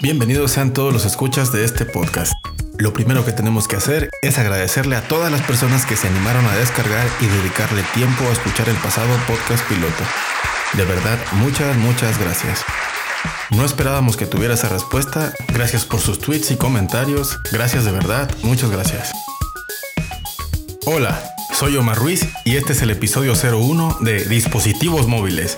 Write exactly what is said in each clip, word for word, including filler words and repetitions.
Bienvenidos sean todos los escuchas de este podcast. Lo primero que tenemos que hacer es agradecerle a todas las personas que se animaron a descargar y dedicarle tiempo a escuchar el pasado podcast piloto. De verdad, muchas, muchas gracias. No esperábamos que tuviera esa respuesta. Gracias por sus tweets y comentarios. Gracias de verdad, muchas gracias. Hola, soy Omar Ruiz y este es el episodio cero uno de Dispositivos Móviles.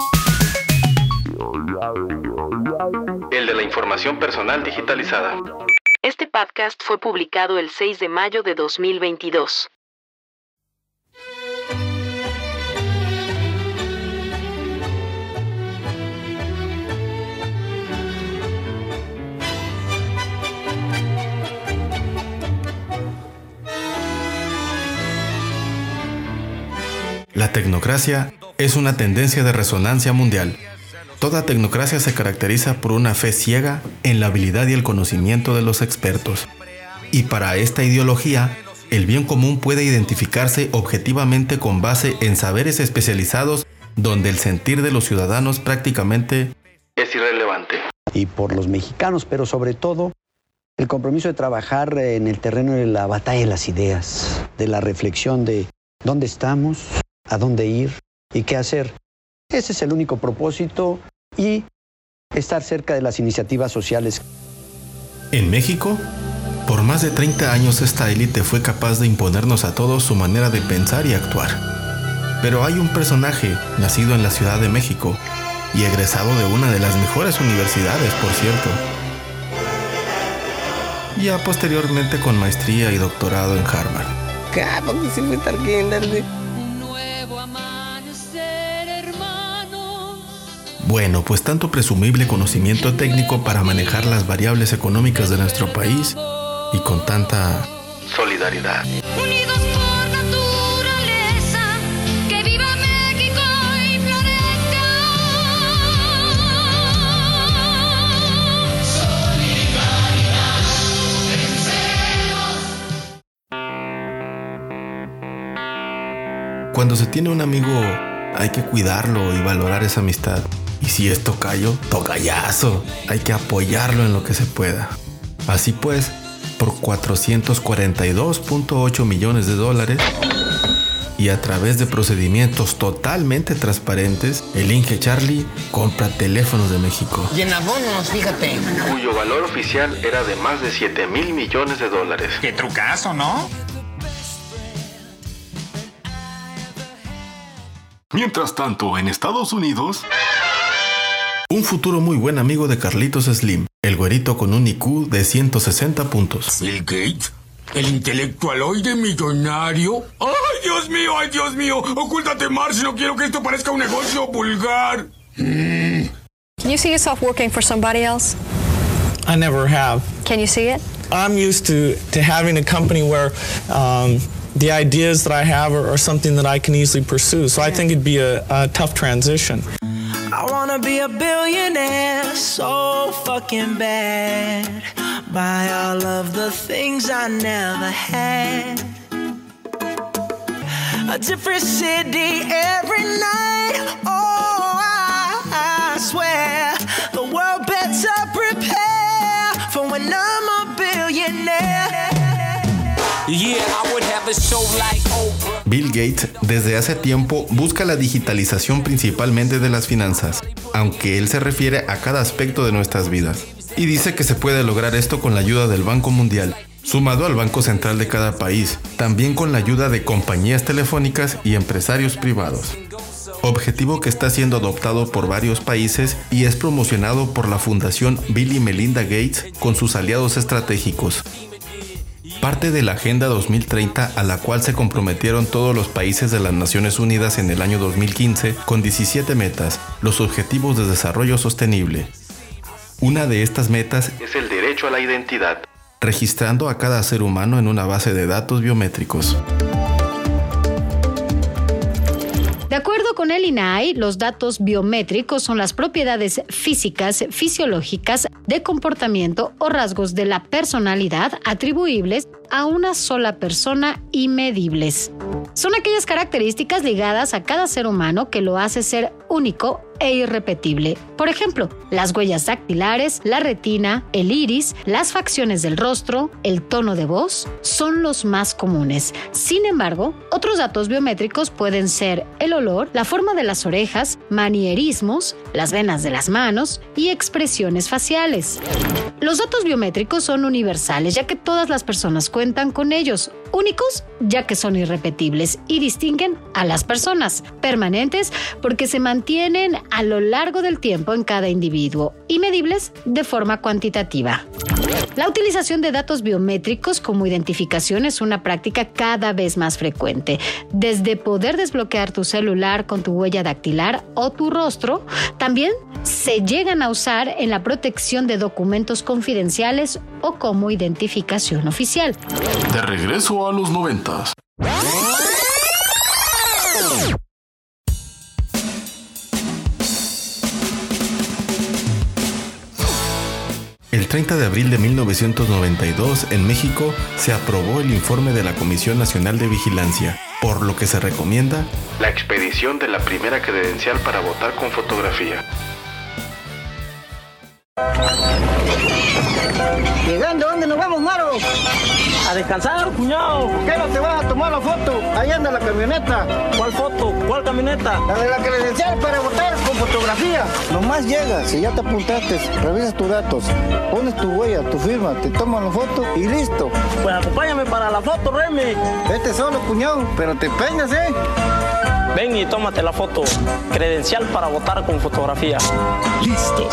El de la información personal digitalizada. Este podcast fue publicado el seis de mayo de dos mil veintidós. La tecnocracia es una tendencia de resonancia mundial. Toda tecnocracia se caracteriza por una fe ciega en la habilidad y el conocimiento de los expertos. Y para esta ideología, el bien común puede identificarse objetivamente con base en saberes especializados donde el sentir de los ciudadanos prácticamente es irrelevante. Y por los mexicanos, pero sobre todo, el compromiso de trabajar en el terreno de la batalla de las ideas, de la reflexión de dónde estamos, a dónde ir y qué hacer. Ese es el único propósito y estar cerca de las iniciativas sociales. En México, por más de treinta años esta élite fue capaz de imponernos a todos su manera de pensar y actuar. Pero hay un personaje nacido en la Ciudad de México y egresado de una de las mejores universidades, por cierto. Ya posteriormente con maestría y doctorado en Harvard. Bueno, pues tanto presumible conocimiento técnico para manejar las variables económicas de nuestro país y con tanta solidaridad. Unidos por naturaleza, que viva México y florezca. Solidaridad, vencemos. Cuando se tiene un amigo, hay que cuidarlo y valorar esa amistad. Y si es tocayo, tocayazo. Hay que apoyarlo en lo que se pueda. Así pues, por cuatrocientos cuarenta y dos punto ocho millones de dólares y a través de procedimientos totalmente transparentes, el Inge Charlie compra Teléfonos de México. Y en abonos, fíjate. Cuyo valor oficial era de más de siete mil millones de dólares. Qué trucazo, ¿no? Mientras tanto, en Estados Unidos, un futuro muy buen amigo de Carlitos Slim, el güerito con un I Q de ciento sesenta puntos. ¿Bill Gates? ¿El intelectualoide millonario? ¡Ay, Dios mío, ay, Dios mío! ¡Ocúltate, Marcy! No quiero que esto parezca un negocio vulgar. Mm. Can you see yourself working for somebody else? I never have. Can you see it? I'm used to, to having a company where um, the ideas that I have are, are something that I can easily pursue. So I think it'd be a, a tough transition. I wanna be a billionaire so fucking bad. Buy all of the things I never had. A different city every night. Oh, I, I swear the world better prepare for when I'm a billionaire. Yeah, I would have a show like Oprah. Bill Gates desde hace tiempo busca la digitalización principalmente de las finanzas, aunque él se refiere a cada aspecto de nuestras vidas. Y dice que se puede lograr esto con la ayuda del Banco Mundial, sumado al Banco Central de cada país, también con la ayuda de compañías telefónicas y empresarios privados. Objetivo que está siendo adoptado por varios países y es promocionado por la Fundación Bill y Melinda Gates con sus aliados estratégicos. Parte de la Agenda dos mil treinta a la cual se comprometieron todos los países de las Naciones Unidas en el año dos mil quince con diecisiete metas, los Objetivos de Desarrollo Sostenible. Una de estas metas es el derecho a la identidad, registrando a cada ser humano en una base de datos biométricos. De acuerdo con el I N A I, los datos biométricos son las propiedades físicas, fisiológicas, de comportamiento o rasgos de la personalidad atribuibles a una sola persona y medibles. Son aquellas características ligadas a cada ser humano que lo hace ser único e irrepetible. Por ejemplo, las huellas dactilares, la retina, el iris, las facciones del rostro, el tono de voz, son los más comunes. Sin embargo, otros datos biométricos pueden ser el olor, la forma de las orejas, manierismos, las venas de las manos y expresiones faciales. Los datos biométricos son universales, ya que todas las personas cuentan con ellos. Únicos, ya que son irrepetibles y distinguen a las personas. Permanentes, porque se mantienen a lo largo del tiempo en cada individuo. Y medibles de forma cuantitativa. La utilización de datos biométricos como identificación es una práctica cada vez más frecuente. Desde poder desbloquear tu celular con tu huella dactilar o tu rostro, también se llegan a usar en la protección de documentos confidenciales o como identificación oficial. De regreso a los noventas. El treinta de abril de mil novecientos noventa y dos, en México, se aprobó el informe de la Comisión Nacional de Vigilancia, por lo que se recomienda la expedición de la primera credencial para votar con fotografía. Llegando, ¿dónde nos vamos, Maro? A descansar, cuñado. ¿Por qué no te vas a tomar la foto? Ahí anda la camioneta. ¿Cuál foto? ¿Cuál camioneta? La de la credencial para votar con fotografía. Nomás llegas, si ya te apuntaste, revisas tus datos, pones tu huella, tu firma, te toman la foto y listo. Pues acompáñame para la foto, Remy. Vete solo, cuñado, pero te peñas, ¿eh? Ven y tómate la foto. Credencial para votar con fotografía. Listos.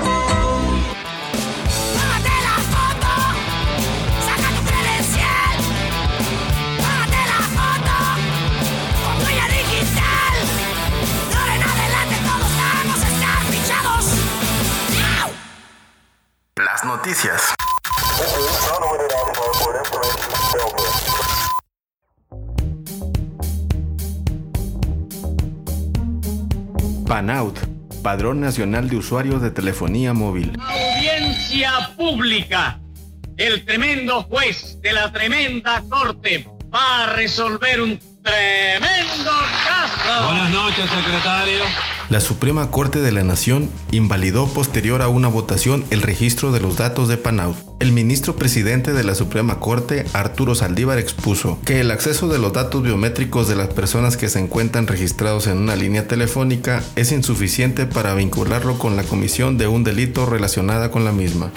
Las noticias. PANAUT, Padrón Nacional de Usuarios de Telefonía Móvil. Audiencia pública. El tremendo juez de la tremenda corte va a resolver un tremendo caso. Buenas noches, secretario. La Suprema Corte de la Nación invalidó posterior a una votación el registro de los datos de PANAUT. El ministro presidente de la Suprema Corte, Arturo Saldívar, expuso que el acceso de los datos biométricos de las personas que se encuentran registrados en una línea telefónica es insuficiente para vincularlo con la comisión de un delito relacionada con la misma.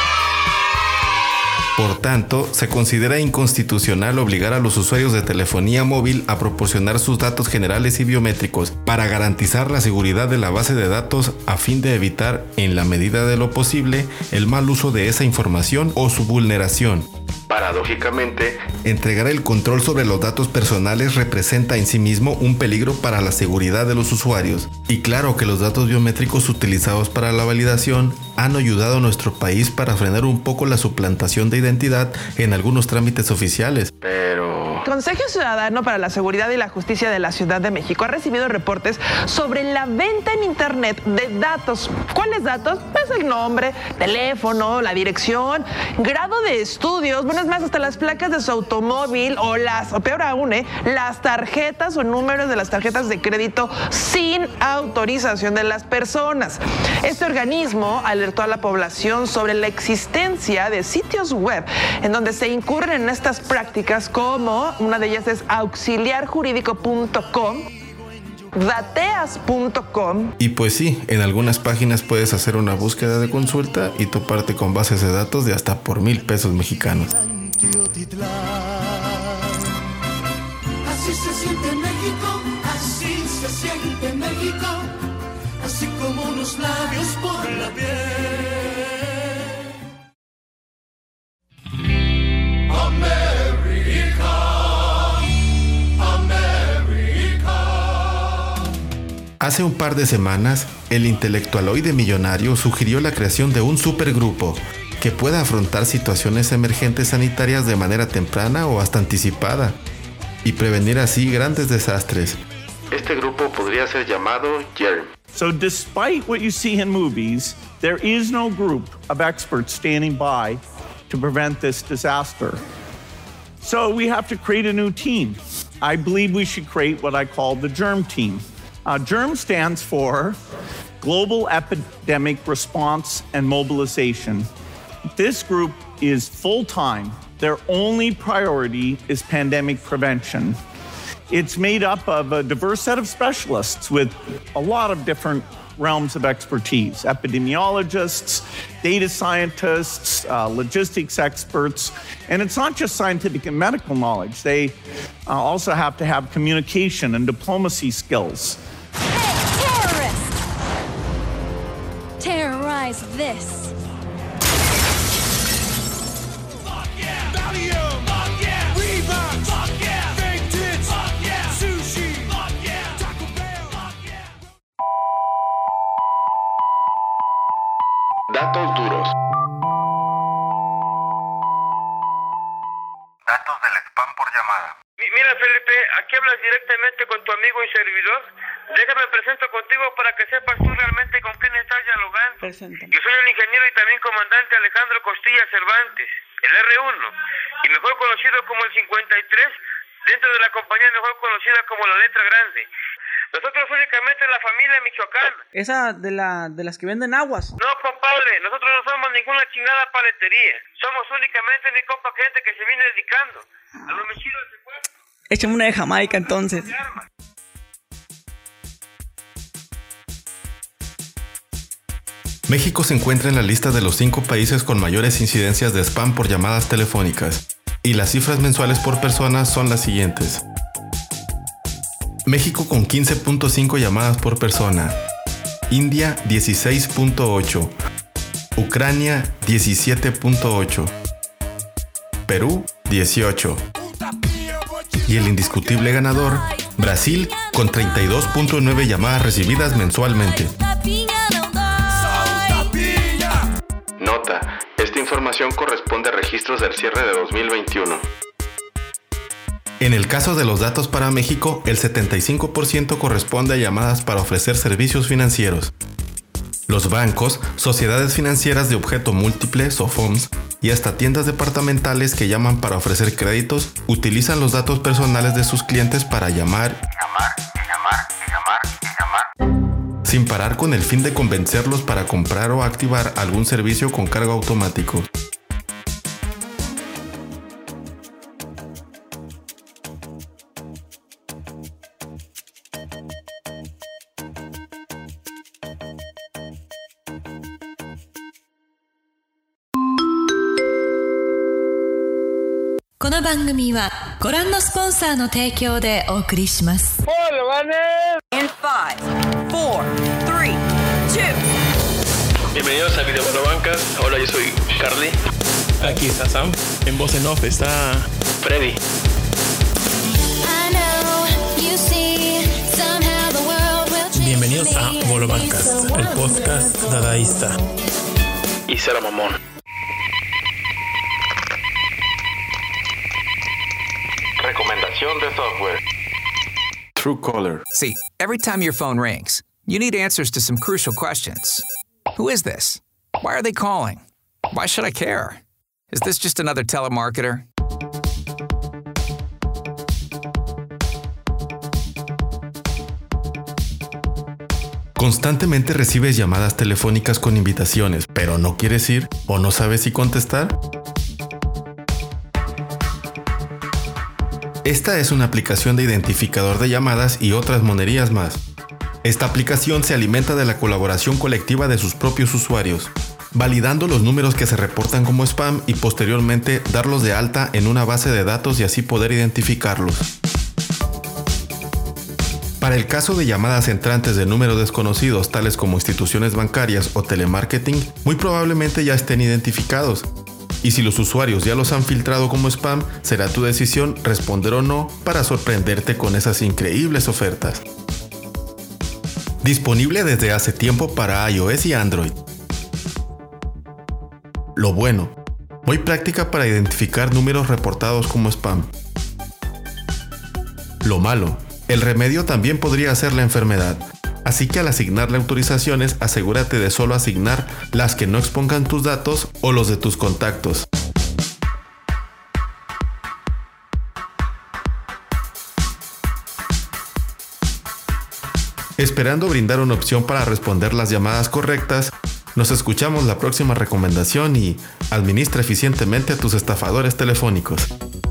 Por tanto, se considera inconstitucional obligar a los usuarios de telefonía móvil a proporcionar sus datos generales y biométricos para garantizar la seguridad de la base de datos a fin de evitar, en la medida de lo posible, el mal uso de esa información o su vulneración. Paradójicamente, entregar el control sobre los datos personales representa en sí mismo un peligro para la seguridad de los usuarios. Y claro que los datos biométricos utilizados para la validación han ayudado a nuestro país para frenar un poco la suplantación de identidad en algunos trámites oficiales. Pero... Consejo Ciudadano para la Seguridad y la Justicia de la Ciudad de México ha recibido reportes sobre la venta en internet de datos. ¿Cuáles datos? Pues el nombre, teléfono, la dirección, grado de estudios, bueno, es más, hasta las placas de su automóvil o las, o peor aún, ¿eh? las tarjetas o números de las tarjetas de crédito sin autorización de las personas. Este organismo alertó a la población sobre la existencia de sitios web en donde se incurren en estas prácticas, como una de ellas es auxiliar jurídico punto com, dateas punto com. Y pues sí, en algunas páginas puedes hacer una búsqueda de consulta y toparte con bases de datos de hasta por mil pesos mexicanos. Así se siente México, así se siente México, así como unos labios por la piel. América, América. Hace un par de semanas, el intelectualoide millonario sugirió la creación de un supergrupo que pueda afrontar situaciones emergentes sanitarias de manera temprana o hasta anticipada y prevenir así grandes desastres. Este grupo podría ser llamado GERM. So despite what you see in movies, there is no group of experts standing by to prevent this disaster. So we have to create a new team. I believe we should create what I call the GERM team. Uh, GERM stands for Global Epidemic Response and Mobilization. This group is full-time. Their only priority is pandemic prevention. It's made up of a diverse set of specialists with a lot of different realms of expertise: epidemiologists, data scientists, uh, logistics experts. And it's not just scientific and medical knowledge. They uh, also have to have communication and diplomacy skills. Hey, terrorist! Terrorize this. Datos duros. Datos del spam por llamada. Mira, Felipe, aquí hablas directamente con tu amigo y servidor. Déjame presento contigo para que sepas tú realmente con quién estás dialogando. Presenta. Yo soy el ingeniero y también comandante Alejandro Costilla Cervantes, el R uno, y mejor conocido como el cincuenta y tres, dentro de la compañía mejor conocida como la letra grande. Nosotros únicamente la familia michoacana. Esa de la de las que venden aguas. No, compadre, nosotros no somos ninguna chingada paletería. Somos únicamente mi compa gente que se viene dedicando a los mechidos de pueblo. Échame una de Jamaica entonces. México se encuentra en la lista de los cinco países con mayores incidencias de spam por llamadas telefónicas, y las cifras mensuales por persona son las siguientes. México con quince punto cinco llamadas por persona, India dieciséis punto ocho, Ucrania diecisiete punto ocho, Perú dieciocho, y el indiscutible ganador, Brasil, con treinta y dos punto nueve llamadas recibidas mensualmente. Nota: esta información corresponde a registros del cierre de dos mil veintiuno. En el caso de los datos para México, el setenta y cinco por ciento corresponde a llamadas para ofrecer servicios financieros. Los bancos, sociedades financieras de objeto múltiple, SOFOMS, y hasta tiendas departamentales que llaman para ofrecer créditos, utilizan los datos personales de sus clientes para llamar, llamar, llamar, llamar, llamar, sin parar con el fin de convencerlos para comprar o activar algún servicio con cargo automático. In five, four, three, two. Bienvenidos a Video Bolobancas. Hola, yo soy Carly. Aquí está Sam. En voz en off está Freddy. Bienvenidos a Bolobancas, el podcast dadaísta. Y cero mamón. Recomendación de software. Truecaller. See, every time your phone rings, you need answers to some crucial questions. Who is this? Why are they calling? Why should I care? Is this just another telemarketer? ¿Constantemente recibes llamadas telefónicas con invitaciones, pero no quieres ir o no sabes si contestar? Esta es una aplicación de identificador de llamadas y otras monerías más. Esta aplicación se alimenta de la colaboración colectiva de sus propios usuarios, validando los números que se reportan como spam y posteriormente darlos de alta en una base de datos y así poder identificarlos. Para el caso de llamadas entrantes de números desconocidos tales como instituciones bancarias o telemarketing, muy probablemente ya estén identificados. Y si los usuarios ya los han filtrado como spam, será tu decisión responder o no para sorprenderte con esas increíbles ofertas. Disponible desde hace tiempo para iOS y Android. Lo bueno, muy práctica para identificar números reportados como spam. Lo malo, el remedio también podría ser la enfermedad. Así que al asignarle autorizaciones, asegúrate de solo asignar las que no expongan tus datos o los de tus contactos. esperando brindar una opción para responder las llamadas correctas, nos escuchamos la próxima recomendación y administra eficientemente a tus estafadores telefónicos.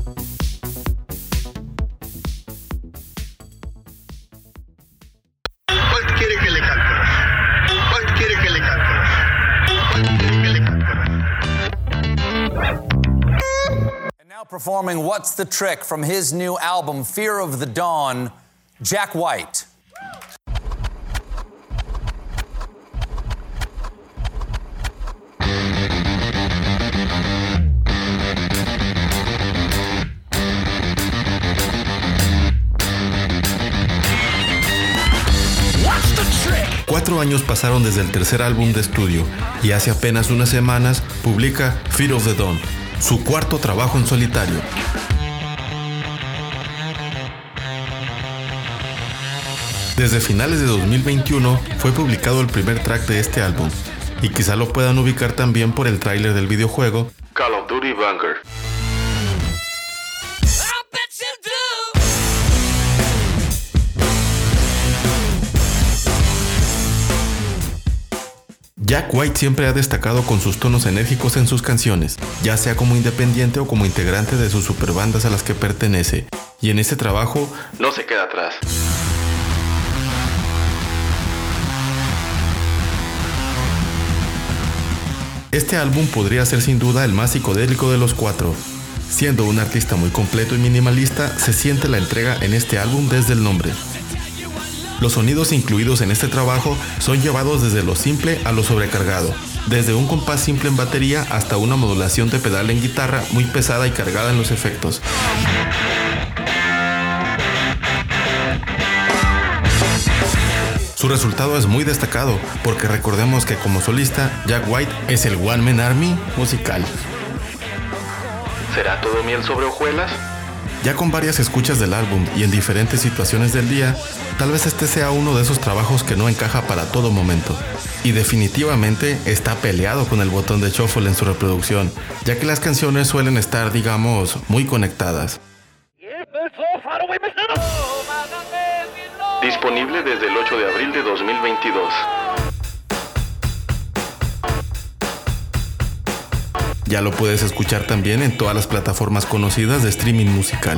¿Cuál quiere que le cante? ¿Cuál quiere que le cante? ¿Cuál quiere que le cante? And now performing What's the Trick from his new album Fear of the Dawn, Jack White. Cuatro años pasaron desde el tercer álbum de estudio y hace apenas unas semanas publica Fear of the Dawn, su cuarto trabajo en solitario. Desde finales de dos mil veintiuno fue publicado el primer track de este álbum y quizá lo puedan ubicar también por el tráiler del videojuego Call of Duty Vanguard. Jack White siempre ha destacado con sus tonos enérgicos en sus canciones, ya sea como independiente o como integrante de sus superbandas a las que pertenece, y en este trabajo no se queda atrás. Este álbum podría ser sin duda el más psicodélico de los cuatro. Siendo un artista muy completo y minimalista, se siente la entrega en este álbum desde el nombre. Los sonidos incluidos en este trabajo son llevados desde lo simple a lo sobrecargado, desde un compás simple en batería hasta una modulación de pedal en guitarra muy pesada y cargada en los efectos. Su resultado es muy destacado, porque recordemos que como solista, Jack White es el One Man Army musical. ¿Será todo miel sobre hojuelas? Ya con varias escuchas del álbum y en diferentes situaciones del día, tal vez este sea uno de esos trabajos que no encaja para todo momento. Y definitivamente está peleado con el botón de shuffle en su reproducción, ya que las canciones suelen estar, digamos, muy conectadas. Disponible desde el ocho de abril de dos mil veintidós. Ya lo puedes escuchar también en todas las plataformas conocidas de streaming musical.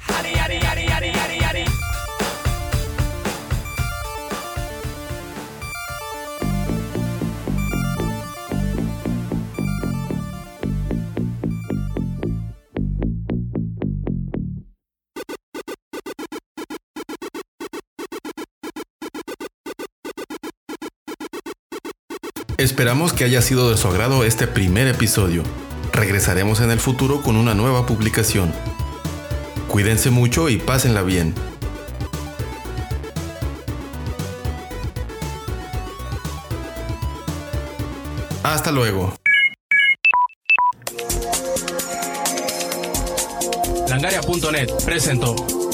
Esperamos que haya sido de su agrado este primer episodio. Regresaremos en el futuro con una nueva publicación. Cuídense mucho y pásenla bien. Hasta luego. Langaria punto net presentó.